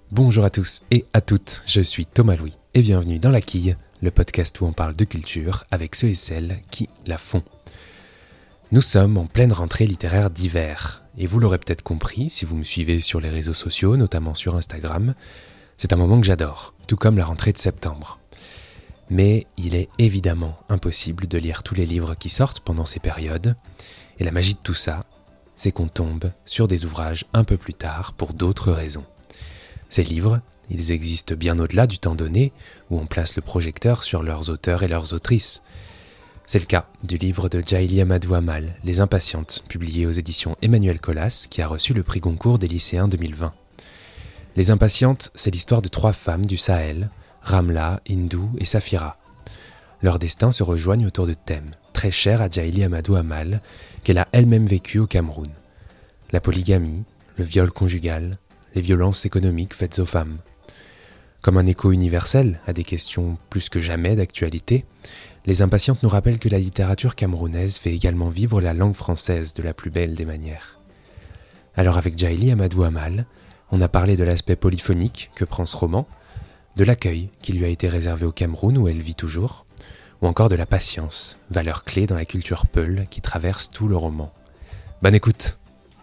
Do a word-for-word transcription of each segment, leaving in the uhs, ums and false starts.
Bonjour à tous et à toutes, je suis Thomas Louis et bienvenue dans La Quille, le podcast où on parle de culture avec ceux et celles qui la font. Nous sommes en pleine rentrée littéraire d'hiver et vous l'aurez peut-être compris si vous me suivez sur les réseaux sociaux, notamment sur Instagram, c'est un moment que j'adore, tout comme la rentrée de septembre. Mais il est évidemment impossible de lire tous les livres qui sortent pendant ces périodes et la magie de tout ça, c'est qu'on tombe sur des ouvrages un peu plus tard pour d'autres raisons. Ces livres, ils existent bien au-delà du temps donné où on place le projecteur sur leurs auteurs et leurs autrices. C'est le cas du livre de Djaïli Amadou Amal, Les Impatientes, publié aux éditions Emmanuel Colas, qui a reçu le prix Goncourt des lycéens deux mille vingt. Les Impatientes, c'est l'histoire de trois femmes du Sahel, Ramla, Hindou et Safira. Leurs destins se rejoignent autour de thèmes très chers à Djaïli Amadou Amal, qu'elle a elle-même vécu au Cameroun. La polygamie, le viol conjugal, les violences économiques faites aux femmes. Comme un écho universel à des questions plus que jamais d'actualité, Les Impatientes nous rappellent que la littérature camerounaise fait également vivre la langue française de la plus belle des manières. Alors avec Djaïli Amadou Amal, on a parlé de l'aspect polyphonique que prend ce roman, de l'accueil qui lui a été réservé au Cameroun où elle vit toujours, ou encore de la patience, valeur clé dans la culture peul qui traverse tout le roman. Bonne écoute.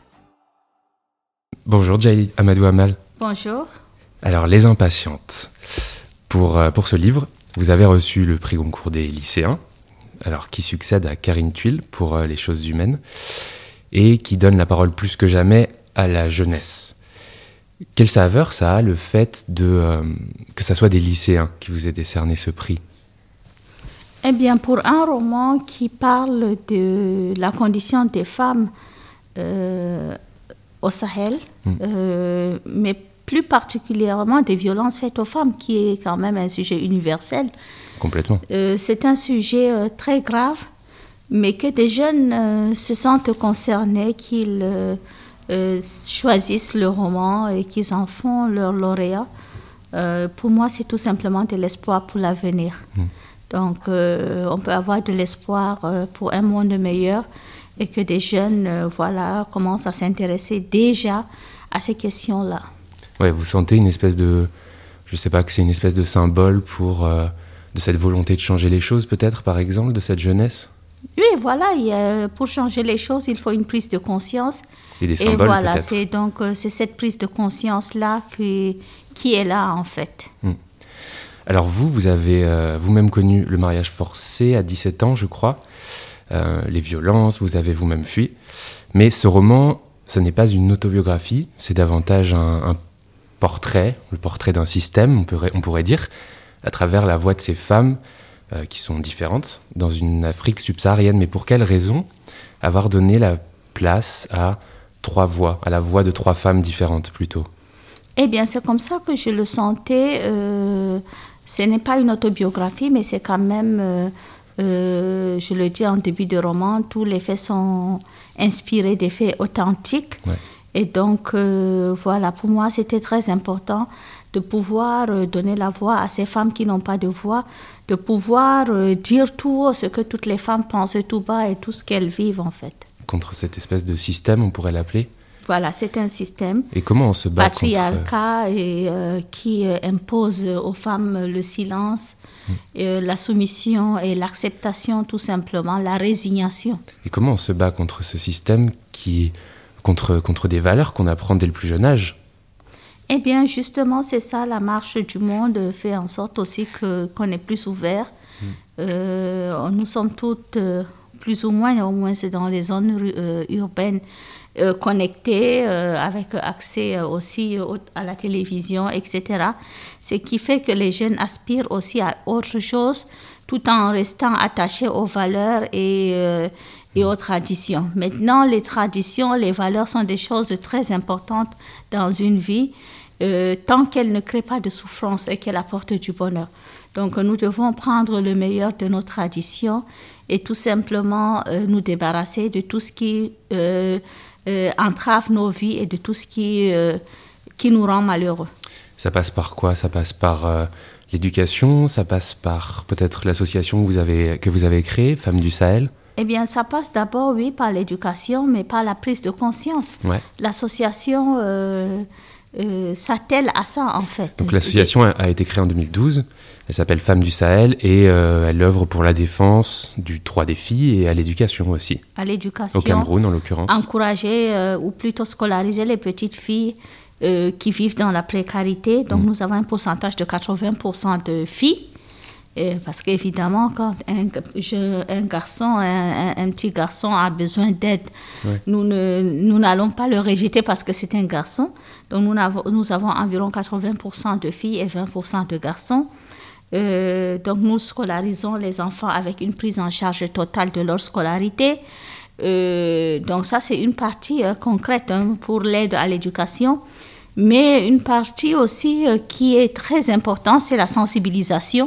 Bonjour Djaïli Amadou Amal. Bonjour. Alors, Les Impatientes. Pour, euh, pour ce livre, vous avez reçu le prix Goncourt des lycéens, alors qui succède à Karine Thuil pour euh, Les choses humaines, et qui donne la parole plus que jamais à la jeunesse. Quelle saveur ça a le fait de, euh, que ça soit des lycéens qui vous aient décerné ce prix ? Eh bien, pour un roman qui parle de la condition des femmes euh, au Sahel, mmh. euh, mais plus particulièrement des violences faites aux femmes, qui est quand même un sujet universel. Complètement. Euh, c'est un sujet euh, très grave, mais que des jeunes euh, se sentent concernés, qu'ils euh, euh, choisissent le roman et qu'ils en font leur lauréat. Euh, pour moi, c'est tout simplement de l'espoir pour l'avenir. Mmh. Donc, euh, on peut avoir de l'espoir euh, pour un monde meilleur et que des jeunes euh, voilà, commencent à s'intéresser déjà à ces questions-là. Ouais, vous sentez une espèce de... Je ne sais pas, que c'est une espèce de symbole pour, euh, de cette volonté de changer les choses, peut-être, par exemple, de cette jeunesse ? Oui, voilà, il y a, pour changer les choses, il faut une prise de conscience. Et des symboles, et voilà, peut-être. C'est donc euh, c'est cette prise de conscience-là qui, qui est là, en fait. Mmh. Alors vous, vous avez euh, vous-même connu le mariage forcé à dix-sept ans, je crois, euh, les violences, vous avez vous-même fui. Mais ce roman, ce n'est pas une autobiographie, c'est davantage un, un portrait, le portrait d'un système, on pourrait, on pourrait dire, à travers la voix de ces femmes euh, qui sont différentes dans une Afrique subsaharienne. Mais pour quelle raison avoir donné la place à trois voix, à la voix de trois femmes différentes plutôt ? Eh bien, c'est comme ça que je le sentais. Euh, ce n'est pas une autobiographie, mais c'est quand même, euh, euh, je le dis en début de roman, tous les faits sont inspirés des faits authentiques. Ouais. Et donc, euh, voilà, pour moi, c'était très important de pouvoir euh, donner la voix à ces femmes qui n'ont pas de voix, de pouvoir euh, dire tout haut ce que toutes les femmes pensent tout bas et tout ce qu'elles vivent, en fait. Contre cette espèce de système, on pourrait l'appeler ? Voilà, c'est un système et comment on se bat patriarcat contre... et, euh, qui euh, impose aux femmes le silence, mmh. et, euh, la soumission et l'acceptation, tout simplement, la résignation. Et comment on se bat contre ce système qui... Contre, contre des valeurs qu'on apprend dès le plus jeune âge ? Eh bien, justement, c'est ça, la marche du monde fait en sorte aussi que, qu'on est plus ouvert. Mmh. Euh, nous sommes toutes, euh, plus ou moins, au moins c'est dans les zones euh, urbaines, euh, connectées, euh, avec accès aussi au, à la télévision, et cetera. Ce qui fait que les jeunes aspirent aussi à autre chose, tout en restant attachés aux valeurs et... Euh, et aux traditions. Maintenant, les traditions, les valeurs sont des choses très importantes dans une vie, euh, tant qu'elles ne créent pas de souffrance et qu'elles apportent du bonheur. Donc, nous devons prendre le meilleur de nos traditions et tout simplement euh, nous débarrasser de tout ce qui euh, euh, entrave nos vies et de tout ce qui, euh, qui nous rend malheureux. Ça passe par quoi ? Ça passe par euh, l'éducation, ça passe par peut-être l'association que vous avez, que vous avez créée, Femmes du Sahel ? Eh bien, ça passe d'abord, oui, par l'éducation, mais par la prise de conscience. Ouais. L'association, euh, euh, s'attelle à ça, en fait. Donc l'association a, a été créée en deux mille douze, elle s'appelle Femmes du Sahel et euh, elle œuvre pour la défense du droit des filles et à l'éducation aussi. À l'éducation. Au Cameroun, en l'occurrence. Encourager euh, ou plutôt scolariser les petites filles euh, qui vivent dans la précarité. Donc mmh. nous avons un pourcentage de quatre-vingts pour cent de filles. Et parce qu'évidemment, quand un, je, un garçon, un, un, un petit garçon a besoin d'aide, ouais. nous, ne, nous n'allons pas le rejeter parce que c'est un garçon. Donc, nous avons, nous avons environ quatre-vingts pour cent de filles et vingt pour cent de garçons. Euh, donc, nous scolarisons les enfants avec une prise en charge totale de leur scolarité. Euh, donc, ça, c'est une partie euh, concrète hein, pour l'aide à l'éducation. Mais une partie aussi euh, qui est très importante, c'est la sensibilisation.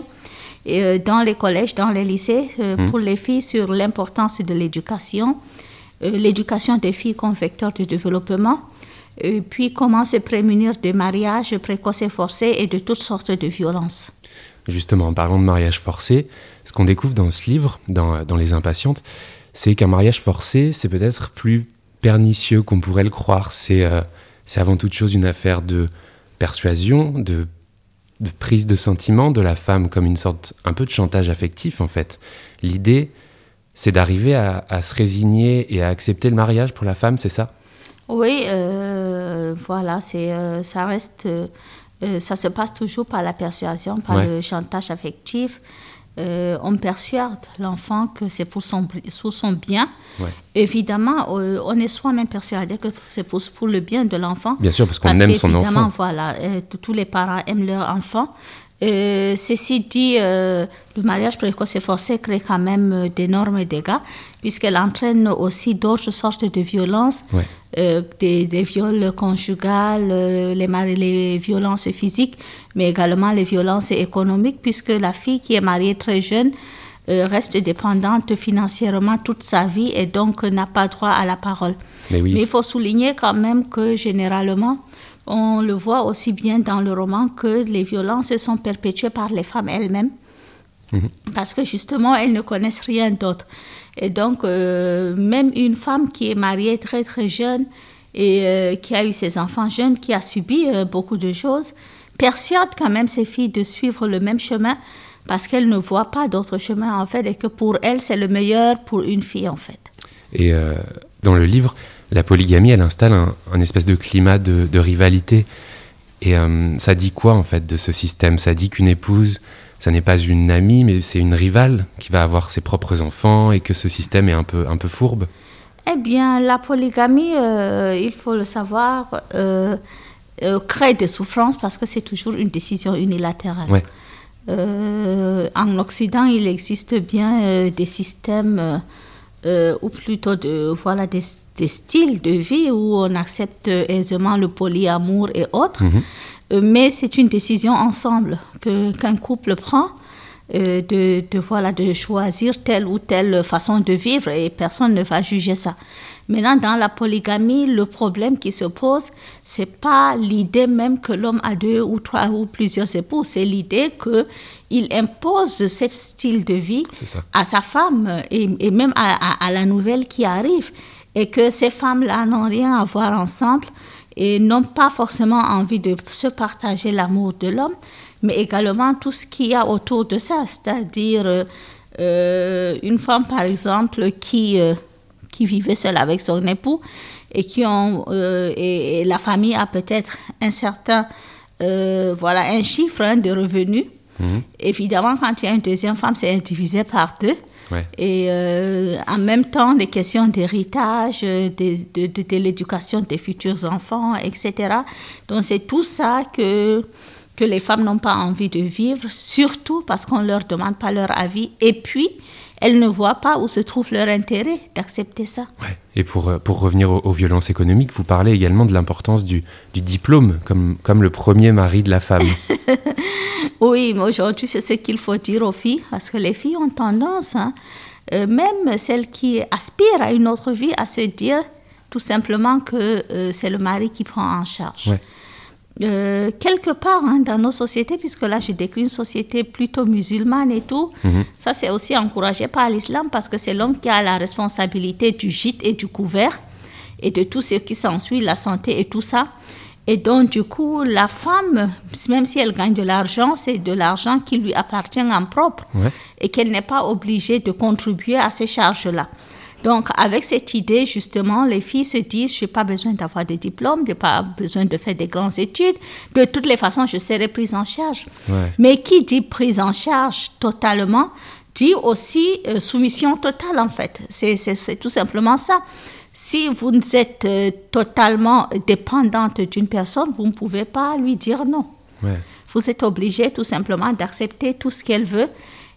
Et dans les collèges, dans les lycées, euh, mmh. pour les filles, sur l'importance de l'éducation, euh, l'éducation des filles comme vecteur de développement, et puis comment se prémunir des mariages précoces et forcés et de toutes sortes de violences. Justement, en parlant de mariage forcé, ce qu'on découvre dans ce livre, dans, dans Les Impatientes, c'est qu'un mariage forcé, c'est peut-être plus pernicieux qu'on pourrait le croire. C'est, euh, c'est avant toute chose une affaire de persuasion, de de prise de sentiment de la femme comme une sorte un peu de chantage affectif en fait. L'idée, c'est d'arriver à, à se résigner et à accepter le mariage pour la femme, c'est ça ? Oui, euh, voilà, c'est, euh, ça reste, euh, ça se passe toujours par la persuasion, par ouais. le chantage affectif. Euh, on persuade l'enfant que c'est pour son, pour son bien. Ouais. Évidemment, euh, on est soi-même persuadé que c'est pour, pour le bien de l'enfant. Bien sûr, parce qu'on parce aime son enfant. Voilà, euh, tous les parents aiment leur enfant. Euh, ceci dit, euh, le mariage précoce et forcé crée quand même euh, d'énormes dégâts, puisqu'elle entraîne aussi d'autres sortes de violences, ouais. euh, des, des viols conjugales, euh, les, les violences physiques, mais également les violences économiques, puisque la fille qui est mariée très jeune euh, reste dépendante financièrement toute sa vie et donc euh, n'a pas droit à la parole. Mais, oui. mais il faut souligner quand même que généralement, on le voit aussi bien dans le roman que les violences sont perpétuées par les femmes elles-mêmes, mmh. parce que justement, elles ne connaissent rien d'autre. Et donc, euh, même une femme qui est mariée très très jeune et euh, qui a eu ses enfants jeunes, qui a subi euh, beaucoup de choses, persuade quand même ses filles de suivre le même chemin parce qu'elles ne voient pas d'autre chemin en fait et que pour elles, c'est le meilleur pour une fille en fait. Et euh, dans le livre, la polygamie, elle installe un, un espèce de climat de, de rivalité. Et euh, ça dit quoi, en fait, de ce système ? Ça dit qu'une épouse, ça n'est pas une amie, mais c'est une rivale qui va avoir ses propres enfants et que ce système est un peu, un peu fourbe ? Eh bien, la polygamie, euh, il faut le savoir, euh, euh, crée des souffrances parce que c'est toujours une décision unilatérale. Ouais. Euh, en Occident, il existe bien euh, des systèmes, euh, ou plutôt de, voilà, des des styles de vie où on accepte aisément le polyamour et autres, mmh. euh, mais c'est une décision ensemble que, qu'un couple prend euh, de, de, voilà, de choisir telle ou telle façon de vivre et personne ne va juger ça. Maintenant, dans la polygamie, le problème qui se pose, c'est pas l'idée même que l'homme a deux ou trois ou plusieurs époux, c'est l'idée qu'il impose ce style de vie à sa femme et, et même à, à, à la nouvelle qui arrive. Et que ces femmes-là n'ont rien à voir ensemble et n'ont pas forcément envie de se partager l'amour de l'homme, mais également tout ce qu'il y a autour de ça, c'est-à-dire euh, une femme, par exemple, qui, euh, qui vivait seule avec son époux et, qui ont, euh, et, et la famille a peut-être un certain, euh, voilà, un chiffre hein, de revenus. Mmh. Évidemment, quand il y a une deuxième femme, c'est divisé par deux. Ouais. Et euh, en même temps, les questions d'héritage, de, de, de, de l'éducation des futurs enfants, et cetera. Donc, c'est tout ça que, que les femmes n'ont pas envie de vivre, surtout parce qu'on ne leur demande pas leur avis. Et puis, elles ne voient pas où se trouve leur intérêt d'accepter ça. Ouais. Et pour, pour revenir aux, aux violences économiques, vous parlez également de l'importance du, du diplôme comme, comme le premier mari de la femme. Oui, mais aujourd'hui, c'est ce qu'il faut dire aux filles, parce que les filles ont tendance, hein, euh, même celles qui aspirent à une autre vie, à se dire tout simplement que euh, c'est le mari qui prend en charge. Ouais. Euh, quelque part hein, dans nos sociétés, puisque là je décris une société plutôt musulmane et tout, mm-hmm. ça c'est aussi encouragé par l'islam parce que c'est l'homme qui a la responsabilité du gîte et du couvert et de tout ce qui s'ensuit, la santé et tout ça. Et donc, du coup, la femme, même si elle gagne de l'argent, c'est de l'argent qui lui appartient en propre ouais. et qu'elle n'est pas obligée de contribuer à ces charges-là. Donc, avec cette idée, justement, les filles se disent, je n'ai pas besoin d'avoir de diplôme, je n'ai pas besoin de faire des grandes études. De toutes les façons, je serai prise en charge. Ouais. Mais qui dit prise en charge totalement, dit aussi euh, soumission totale, en fait. C'est, c'est, c'est tout simplement ça. Si vous êtes euh, totalement dépendante d'une personne, vous ne pouvez pas lui dire non. Ouais. Vous êtes obligé tout simplement d'accepter tout ce qu'elle veut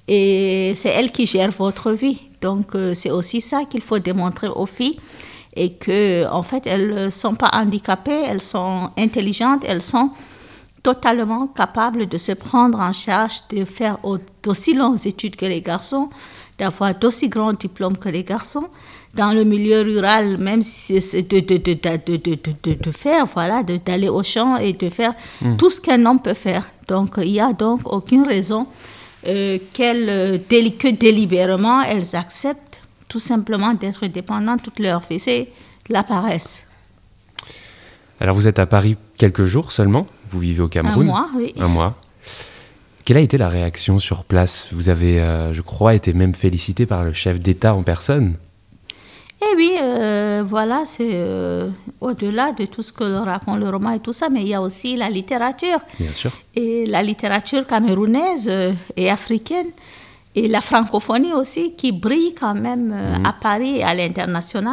et c'est elle qui gère votre vie. Donc, euh, c'est aussi ça qu'il faut démontrer aux filles et que, en fait, elles ne sont pas handicapées, elles sont intelligentes, elles sont totalement capables de se prendre en charge, de faire d'aussi longues études que les garçons, d'avoir d'aussi grands diplômes que les garçons. Dans le milieu rural, même si c'est de, de, de, de, de, de, de faire, voilà, de, d'aller au champ et de faire mmh. tout ce qu'un homme peut faire. Donc, il n'y a donc aucune raison euh, qu'elles, déli- que délibérément, elles acceptent tout simplement d'être dépendantes toute leur vie. C'est la paresse. Alors, vous êtes à Paris quelques jours seulement. Vous vivez au Cameroun. Un mois, oui. Un mois. Quelle a été la réaction sur place ? Vous avez, euh, je crois, été même félicité par le chef d'État en personne. Eh oui, euh, voilà, c'est euh, au-delà de tout ce que raconte le roman et tout ça, mais il y a aussi la littérature. Bien sûr. Et la littérature camerounaise euh, et africaine, et la francophonie aussi, qui brille quand même euh, mmh. à Paris et à l'international.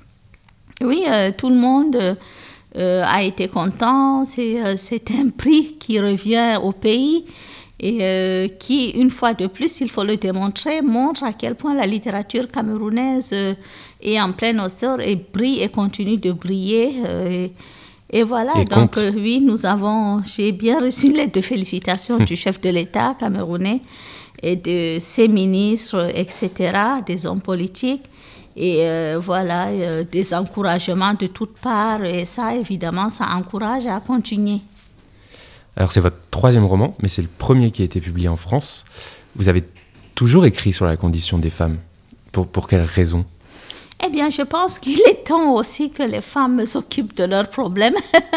Oui, euh, tout le monde euh, a été content, c'est, euh, c'est un prix qui revient au pays. Et euh, qui, une fois de plus, il faut le démontrer, montre à quel point la littérature camerounaise euh, est en plein essor et brille et continue de briller. Euh, et, et voilà, et donc euh, oui, nous avons, j'ai bien reçu une lettre de félicitations du chef de l'État camerounais et de ses ministres, et cetera, des hommes politiques. Et euh, voilà, euh, des encouragements de toutes parts. Et ça, évidemment, ça encourage à continuer. Alors, c'est votre troisième roman, mais c'est le premier qui a été publié en France. Vous avez toujours écrit sur la condition des femmes. Pour, pour quelles raisons ? Eh bien, je pense qu'il est temps aussi que les femmes s'occupent de leurs problèmes.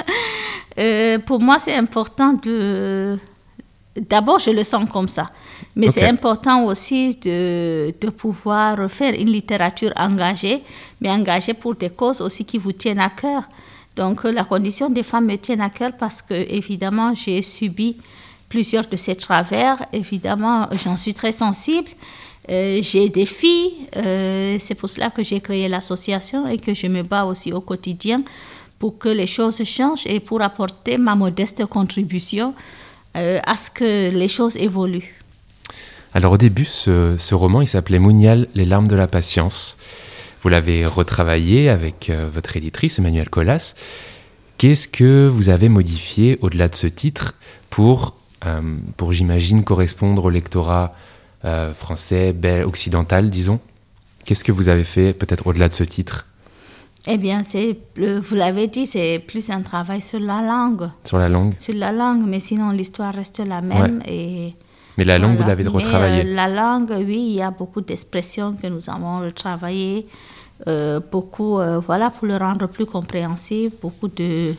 euh, pour moi, c'est important de... D'abord, je le sens comme ça. Mais okay. c'est important aussi de, de pouvoir faire une littérature engagée, mais engagée pour des causes aussi qui vous tiennent à cœur. Donc, la condition des femmes me tient à cœur parce que, évidemment, j'ai subi plusieurs de ces travers. Évidemment, j'en suis très sensible. Euh, j'ai des filles. Euh, c'est pour cela que j'ai créé l'association et que je me bats aussi au quotidien pour que les choses changent et pour apporter ma modeste contribution euh, à ce que les choses évoluent. Alors, au début, ce, ce roman, il s'appelait Mounial, les larmes de la patience. Vous l'avez retravaillé avec euh, votre éditrice, Emmanuelle Colas. Qu'est-ce que vous avez modifié au-delà de ce titre pour, euh, pour j'imagine, correspondre au lectorat euh, français, bel, occidental, disons ? Qu'est-ce que vous avez fait peut-être au-delà de ce titre ? Eh bien, c'est, vous l'avez dit, c'est plus un travail sur la langue. Sur la langue ? Sur la langue, mais sinon l'histoire reste la même. Ouais. Et mais la langue, voilà. Vous l'avez retravaillée. Mais, euh, la langue, oui, il y a beaucoup d'expressions que nous avons retravaillées. Euh, beaucoup, euh, voilà, pour le rendre plus compréhensible, beaucoup de...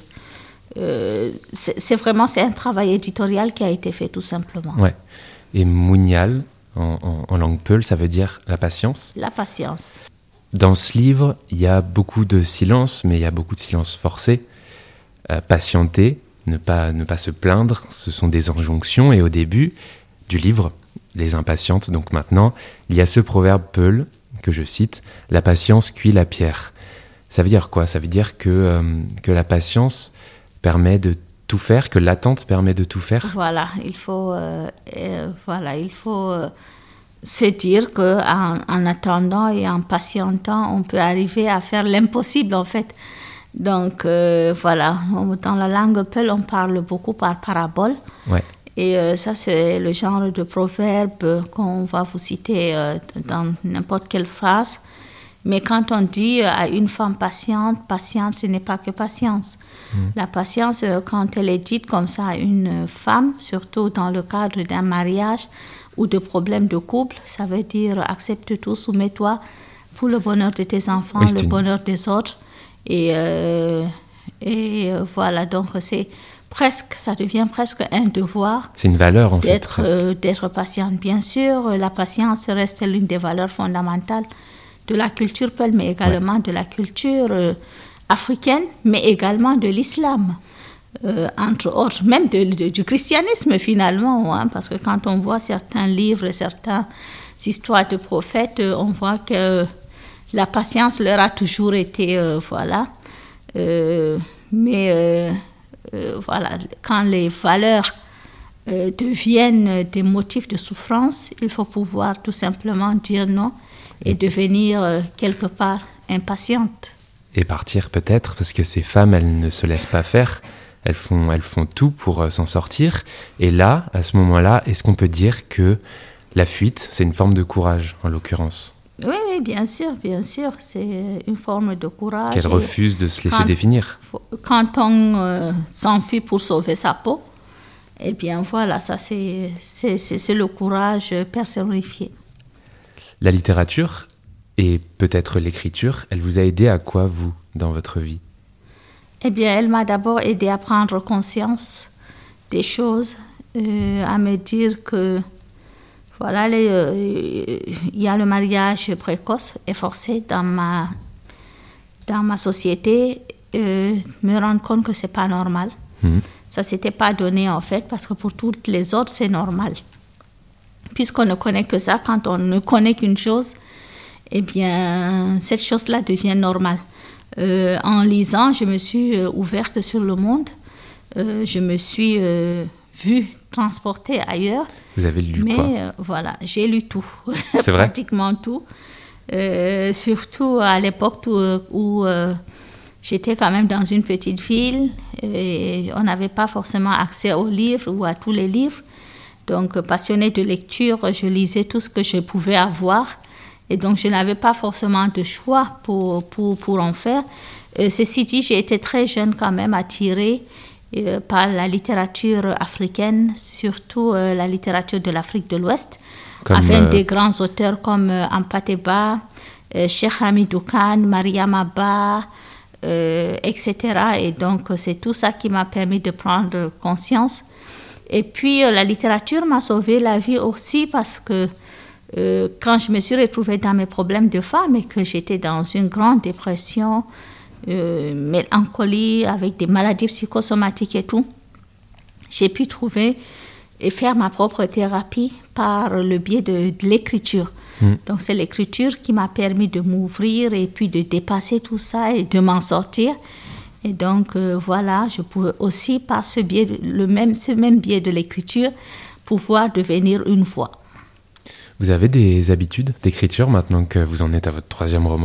Euh, c'est, c'est vraiment, c'est un travail éditorial qui a été fait, tout simplement. Ouais. Et Mounial, en, en, en langue peul, ça veut dire la patience ? La patience. Dans ce livre, il y a beaucoup de silence, mais il y a beaucoup de silence forcé. Euh, patienter, ne pas, ne pas se plaindre, ce sont des injonctions. Et au début du livre, les impatientes, donc maintenant, il y a ce proverbe peul, que je cite, « La patience cuit la pierre ». Ça veut dire quoi ? Ça veut dire que, euh, que la patience permet de tout faire, que l'attente permet de tout faire ? Voilà, il faut, euh, euh, voilà, il faut euh, se dire qu'en en attendant et en patientant, on peut arriver à faire l'impossible, en fait. Donc, euh, voilà, dans la langue peul, on parle beaucoup par parabole. Ouais. Et euh, ça, c'est le genre de proverbe qu'on va vous citer euh, dans n'importe quelle phrase. Mais quand on dit à une femme patiente, patience, ce n'est pas que patience. Mmh. La patience, quand elle est dite comme ça à une femme, surtout dans le cadre d'un mariage ou de problèmes de couple, ça veut dire accepte tout, soumets-toi pour le bonheur de tes enfants, oui, le une... bonheur des autres. Et, euh, Et euh, voilà, donc c'est presque, ça devient presque un devoir. C'est une valeur, en d'être, fait. Euh, d'être patiente. Bien sûr, la patience reste l'une des valeurs fondamentales de la culture peul, mais également ouais. de la culture euh, africaine, mais également de l'islam, euh, entre autres, même de, de, du christianisme finalement, hein, parce que quand on voit certains livres, certaines histoires de prophètes, on voit que la patience leur a toujours été, euh, voilà, euh, mais euh, euh, voilà, quand les valeurs euh, deviennent des motifs de souffrance, il faut pouvoir tout simplement dire non et devenir euh, quelque part impatiente. Et partir peut-être, parce que ces femmes, elles ne se laissent pas faire, elles font, elles font tout pour euh, s'en sortir. Et là, à ce moment-là, est-ce qu'on peut dire que la fuite, c'est une forme de courage, en l'occurrence ? Oui, oui, bien sûr, bien sûr, c'est une forme de courage. Qu'elle refuse de se laisser quand, définir. Quand on euh, s'enfuit pour sauver sa peau, eh bien voilà, ça c'est, c'est, c'est, c'est le courage personnifié. La littérature et peut-être l'écriture, elle vous a aidé à quoi, vous, dans votre vie ? Eh bien, elle m'a d'abord aidé à prendre conscience des choses, euh, à me dire que, voilà, il euh, y a le mariage précoce et forcé dans ma, dans ma société, euh, me rendre compte que ce n'est pas normal. Mmh. Ça ne s'était pas donné, en fait, parce que pour toutes les autres, c'est normal. Puisqu'on ne connaît que ça, quand on ne connaît qu'une chose, eh bien, cette chose-là devient normale. Euh, en lisant, je me suis euh, ouverte sur le monde. Euh, je me suis euh, vue transportée ailleurs. Vous avez lu mais, quoi ? Mais euh, voilà, j'ai lu tout. C'est vrai ? Pratiquement tout. Euh, surtout à l'époque où, où euh, j'étais quand même dans une petite ville et on n'avait pas forcément accès aux livres ou à tous les livres. Donc, passionnée de lecture, je lisais tout ce que je pouvais avoir. Et donc, je n'avais pas forcément de choix pour, pour, pour en faire. Euh, ceci dit, j'ai été très jeune quand même attirée euh, par la littérature africaine, surtout euh, la littérature de l'Afrique de l'Ouest, comme, avec euh... des grands auteurs comme euh, Ampateba, euh, Cheikh Hamidou Kane, Mariam Abba, euh, et cetera. Et donc, c'est tout ça qui m'a permis de prendre conscience. Et puis, euh, la littérature m'a sauvé la vie aussi parce que euh, quand je me suis retrouvée dans mes problèmes de femme et que j'étais dans une grande dépression, euh, mélancolie, avec des maladies psychosomatiques et tout, j'ai pu trouver et faire ma propre thérapie par le biais de, de l'écriture. Mmh. Donc, c'est l'écriture qui m'a permis de m'ouvrir et puis de dépasser tout ça et de m'en sortir. Et donc, euh, voilà, je pouvais aussi, par ce biais, le même, ce même biais de l'écriture, pouvoir devenir une voix. Vous avez des habitudes d'écriture maintenant que vous en êtes à votre troisième roman ?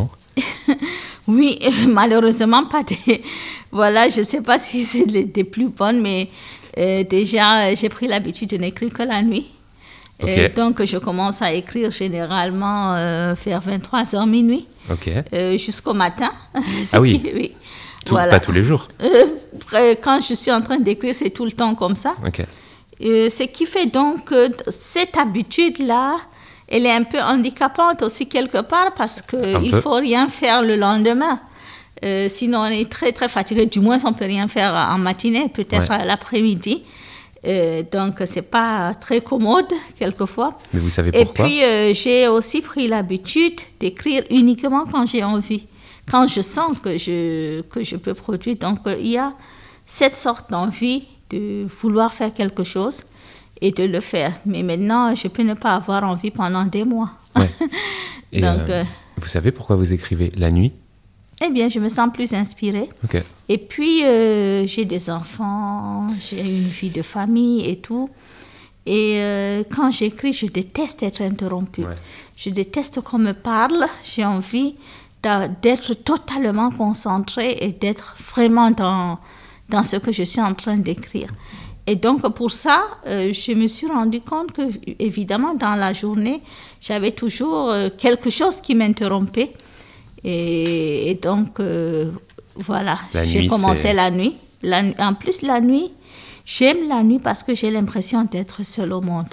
Oui, malheureusement, pas des... Voilà, je ne sais pas si c'est des, des plus bonnes, mais euh, déjà, j'ai pris l'habitude de n'écrire que la nuit. Okay. Euh, donc, je commence à écrire généralement euh, vers vingt-trois heures minuit, okay. euh, jusqu'au matin. Ah oui, qui, oui. Tout, voilà. Pas tous les jours. Euh, quand je suis en train d'écrire, c'est tout le temps comme ça. Okay. Euh, ce qui fait donc que cette habitude-là, elle est un peu handicapante aussi quelque part parce qu'il ne faut rien faire le lendemain. Euh, sinon, on est très, très fatigué. Du moins, on ne peut rien faire en matinée, peut-être ouais. à l'après-midi. Euh, donc, ce n'est pas très commode, quelquefois. Mais vous savez pourquoi ? Et puis, euh, j'ai aussi pris l'habitude d'écrire uniquement quand j'ai envie, quand je sens que je, que je peux produire. Donc, euh, il y a cette sorte d'envie de vouloir faire quelque chose et de le faire. Mais maintenant, je peux ne pas avoir envie pendant des mois. Ouais. Et donc, euh, euh, vous savez pourquoi vous écrivez la nuit ? Eh bien, je me sens plus inspirée. Okay. Et puis, euh, j'ai des enfants, j'ai une vie de famille et tout. Et euh, quand j'écris, je déteste être interrompue. Ouais. Je déteste qu'on me parle. J'ai envie d'être totalement concentrée et d'être vraiment dans, dans ce que je suis en train d'écrire. Et donc, pour ça, euh, je me suis rendu compte que, évidemment, dans la journée, j'avais toujours euh, quelque chose qui m'interrompait. Et, et donc, euh, voilà, la j'ai nuit, commencé c'est... la nuit. La, en plus, la nuit, j'aime la nuit parce que j'ai l'impression d'être seule au monde.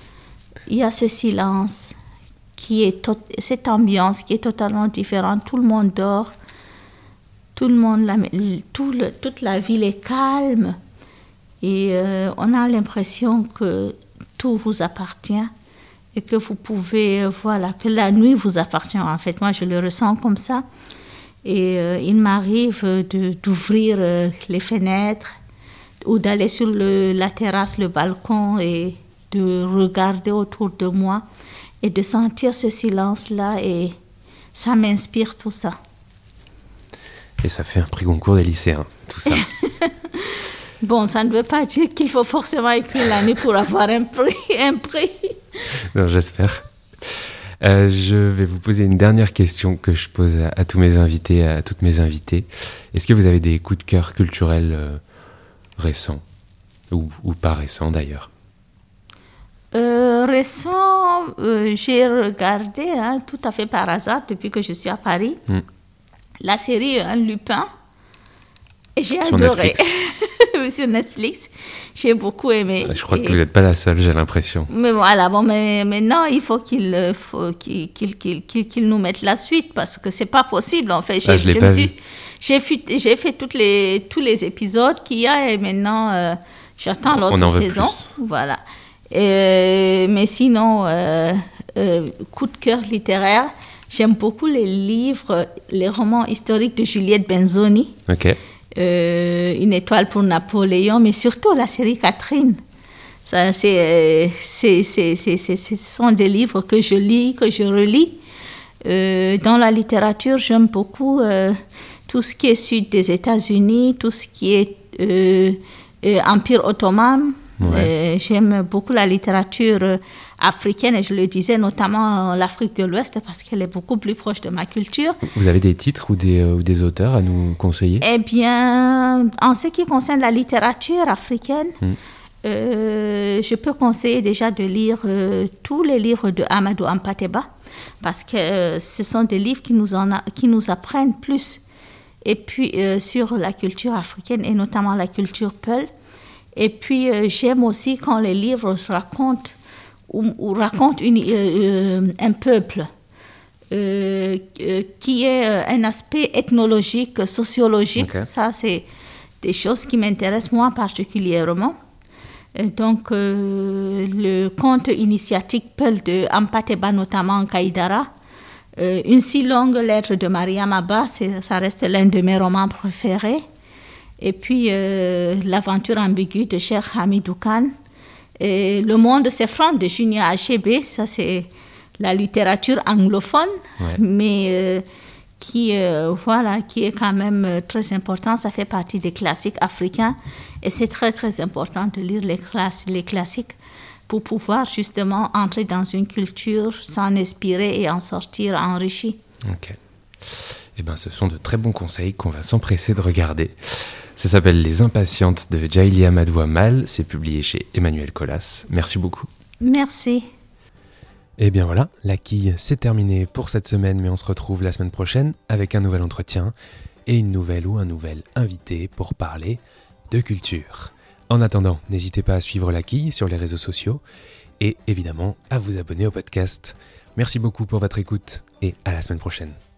Il y a ce silence, qui est to- cette ambiance qui est totalement différente. Tout le monde dort. tout le monde, la, tout le, toute la ville est calme et euh, on a l'impression que tout vous appartient et que vous pouvez, voilà, que la nuit vous appartient. En fait, moi, je le ressens comme ça. Et euh, il m'arrive de, d'ouvrir euh, les fenêtres ou d'aller sur le, la terrasse, le balcon et de regarder autour de moi et de sentir ce silence-là et ça m'inspire tout ça. Et ça fait un prix Goncourt des lycéens, tout ça. Bon, ça ne veut pas dire qu'il faut forcément écrire la nuit pour avoir un prix. Un prix. Non, j'espère. Euh, je vais vous poser une dernière question que je pose à, à tous mes invités, à toutes mes invitées. Est-ce que vous avez des coups de cœur culturels euh, récents ou, ou pas récents d'ailleurs? Euh, récent, euh, j'ai regardé, hein, tout à fait par hasard, depuis que je suis à Paris, mm. la série Un Lupin. Et j'ai Sur adoré. Netflix. Sur Netflix. J'ai beaucoup aimé. Je crois et... que vous n'êtes pas la seule, j'ai l'impression. Mais voilà, bon, mais maintenant, il faut qu'il faut qu'il, qu'il, qu'il, qu'il, qu'il nous mette la suite parce que c'est pas possible, en fait. J'ai, ah, je l'ai je pas suis, vu. J'ai fait, j'ai fait toutes les, tous les épisodes qu'il y a et maintenant, euh, j'attends l'autre On en veut saison. Plus. Voilà. Et, mais sinon, euh, euh, coup de cœur littéraire, j'aime beaucoup les livres, les romans historiques de Juliette Benzoni. Ok. Euh, Une étoile pour Napoléon, mais surtout la série Catherine. Ça, c'est, c'est, c'est, c'est, c'est, ce sont des livres que je lis, que je relis. Euh, dans la littérature, j'aime beaucoup euh, tout ce qui est sud des États-Unis, tout ce qui est euh, euh, Empire ottoman. Ouais. Euh, j'aime beaucoup la littérature africaine, et je le disais, notamment l'Afrique de l'Ouest, parce qu'elle est beaucoup plus proche de ma culture. Vous avez des titres ou des, euh, ou des auteurs à nous conseiller? Eh bien, en ce qui concerne la littérature africaine, mm. euh, je peux conseiller déjà de lire euh, tous les livres de Amadou Hampâté-Bâ, parce que euh, ce sont des livres qui nous, en a, qui nous apprennent plus et puis, euh, sur la culture africaine, et notamment la culture Peul. Et puis, euh, j'aime aussi quand les livres racontent ou, ou racontent une, euh, un peuple euh, euh, qui est un aspect ethnologique, sociologique. Okay. Ça, c'est des choses qui m'intéressent moi particulièrement. Et donc, euh, le conte initiatique Peul de Hampâté-Bâ, notamment Kaïdara, euh, Une si longue lettre de Mariama Ba, ça reste l'un de mes romans préférés. Et puis, euh, L'aventure ambiguë de Cheikh Hamidou Kane. Et Le monde s'effronte de Junior Achebe, ça c'est la littérature anglophone, ouais. mais euh, qui, euh, voilà, qui est quand même très important. Ça fait partie des classiques africains. Et c'est très, très important de lire les, classes, les classiques pour pouvoir justement entrer dans une culture, s'en inspirer et en sortir enrichi. Ok. Eh bien, ce sont de très bons conseils qu'on va s'empresser de regarder. Ça s'appelle Les Impatientes de Djaïli Amadou Amal. C'est publié chez Emmanuel Colas. Merci beaucoup. Merci. Et bien voilà, la quille, c'est terminé pour cette semaine, mais on se retrouve la semaine prochaine avec un nouvel entretien et une nouvelle ou un nouvel invité pour parler de culture. En attendant, n'hésitez pas à suivre la quille sur les réseaux sociaux et évidemment à vous abonner au podcast. Merci beaucoup pour votre écoute et à la semaine prochaine.